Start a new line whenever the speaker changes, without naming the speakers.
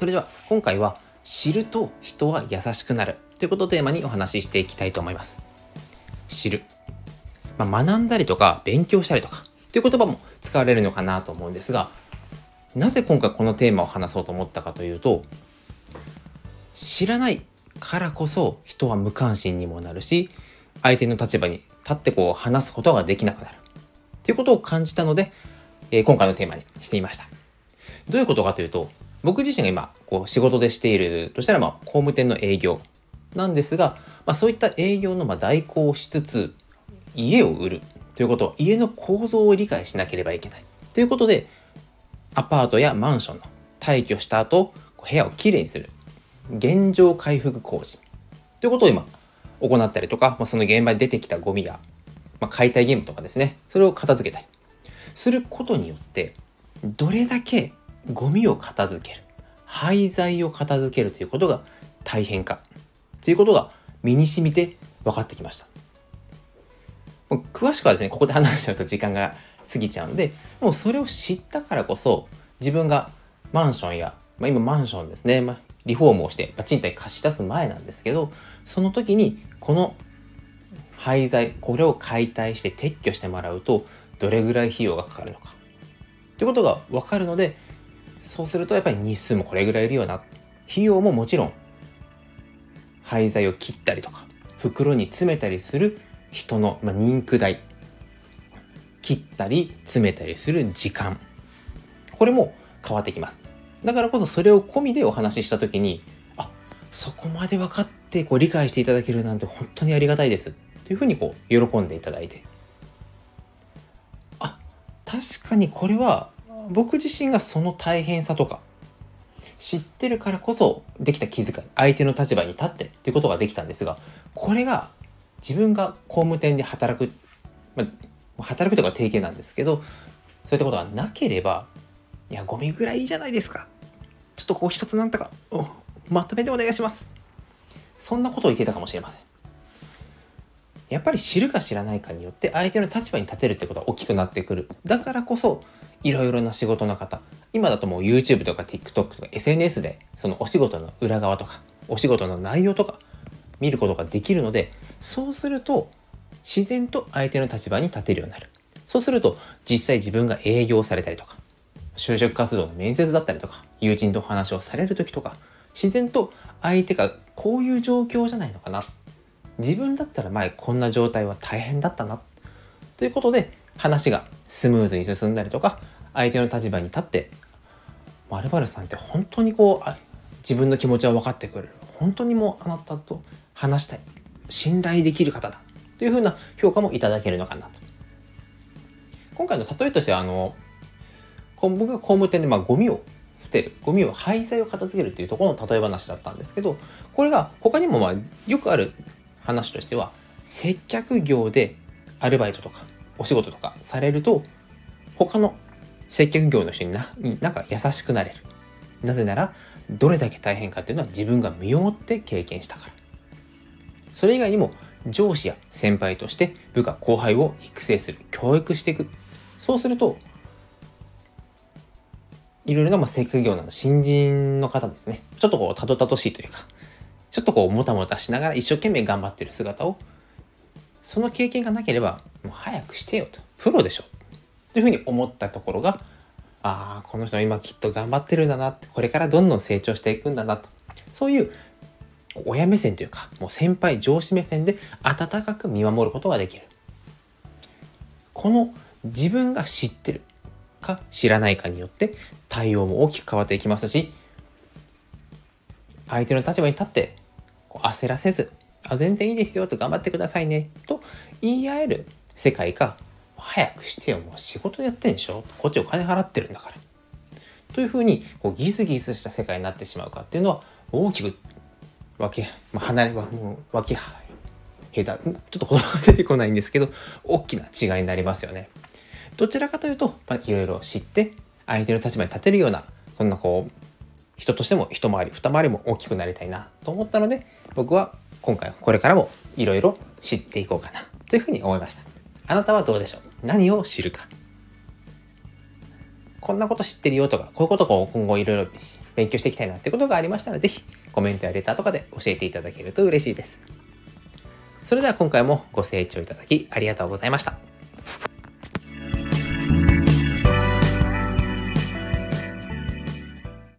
それでは今回は知ると人は優しくなるということをテーマにお話ししていきたいと思います。知る、学んだりとか勉強したりとかという言葉も使われるのかなと思うんですが、なぜ今回このテーマを話そうと思ったかというと、知らないからこそ人は無関心にもなるし、相手の立場に立って話すことができなくなるということを感じたので、今回のテーマにしてみました。どういうことかというと、僕自身が今仕事でしているとしたら工務店の営業なんですが、そういった営業の代行をしつつ家を売るということ、家の構造を理解しなければいけないということで、アパートやマンションの退去した後部屋をきれいにする原状回復工事ということを今行ったりとか、その現場に出てきたゴミや、解体現場とかですね、それを片付けたりすることによって、どれだけゴミを片付ける、廃材を片付けるということが大変かということが身に染みて分かってきました。詳しくはですね、ここで話しちゃうと時間が過ぎちゃうので、もうそれを知ったからこそ、自分がマンションや、今マンションですね、リフォームをして賃貸貸し出す前なんですけど、その時にこの廃材、これを解体して撤去してもらうとどれぐらい費用がかかるのかということが分かるので、そうするとやっぱり日数もこれぐらいいるよな、費用ももちろん廃材を切ったりとか袋に詰めたりする人の人句代、切ったり詰めたりする時間、これも変わってきます。だからこそそれを込みでお話しした時に、そこまで分かって理解していただけるなんて本当にありがたいですというふうに喜んでいただいて、確かにこれは僕自身がその大変さとか知ってるからこそできた気遣い、相手の立場に立ってということができたんですが、これが自分が工務店で働くとか定型なんですけど、そういったことがなければ、ゴミぐらいいいじゃないですか、ちょっと一つなんとかまとめてお願いします、そんなことを言っていたかもしれません。やっぱり知るか知らないかによって相手の立場に立てるってことは大きくなってくる。だからこそいろいろな仕事の方、今だともう YouTube とか TikTok とか SNS でそのお仕事の裏側とかお仕事の内容とか見ることができるので、そうすると自然と相手の立場に立てるようになる。そうすると実際自分が営業されたりとか、就職活動の面接だったりとか、友人とお話をされる時とか、自然と相手がこういう状況じゃないのかな、自分だったら前こんな状態は大変だったなということで話がスムーズに進んだりとか、相手の立場に立って、〇〇さんって本当に自分の気持ちは分かってくれる、本当にもうあなたと話したい、信頼できる方だというふうな評価もいただけるのかなと。今回の例えとしては僕が工務店でゴミを捨てる、ゴミを廃材を片付けるというところの例え話だったんですけど、これが他にもよくある話としては、接客業でアルバイトとかお仕事とかされると、他の接客業の人になんか優しくなれる。なぜならどれだけ大変かっていうのは自分が身をもって経験したから。それ以外にも上司や先輩として部下後輩を育成する、教育していく。そうするといろいろな接客業の新人の方ですね、ちょっとたどたどしいというか、ちょっともたもたしながら一生懸命頑張ってる姿を、その経験がなければもう早くしてよと、プロでしょというふうに思ったところが、この人は今きっと頑張ってるんだな、これからどんどん成長していくんだなと、そういう親目線というか、もう先輩上司目線で温かく見守ることができる。この自分が知ってるか知らないかによって対応も大きく変わっていきますし、相手の立場に立って焦らせず、全然いいですよと、頑張ってくださいねと言い合える世界か、早くしてよ、もう仕事やってんでしょ、こっちお金払ってるんだからというふうにギスギスした世界になってしまうかっていうのは、大きく離れはもう分け隔て、ちょっと言葉が出てこないんですけど、大きな違いになりますよね。どちらかというと、いろいろ知って相手の立場に立てるような、そんな人としても一回り二回りも大きくなりたいなと思ったので、僕は今回これからもいろいろ知っていこうかなというふうに思いました。あなたはどうでしょう？何を知るか。 こんなこと知ってるよとか、こういうことを今後いろいろ勉強していきたいなってことがありましたら、ぜひコメントやレターとかで教えていただけると嬉しいです。それでは今回もご清聴いただきありがとうございました。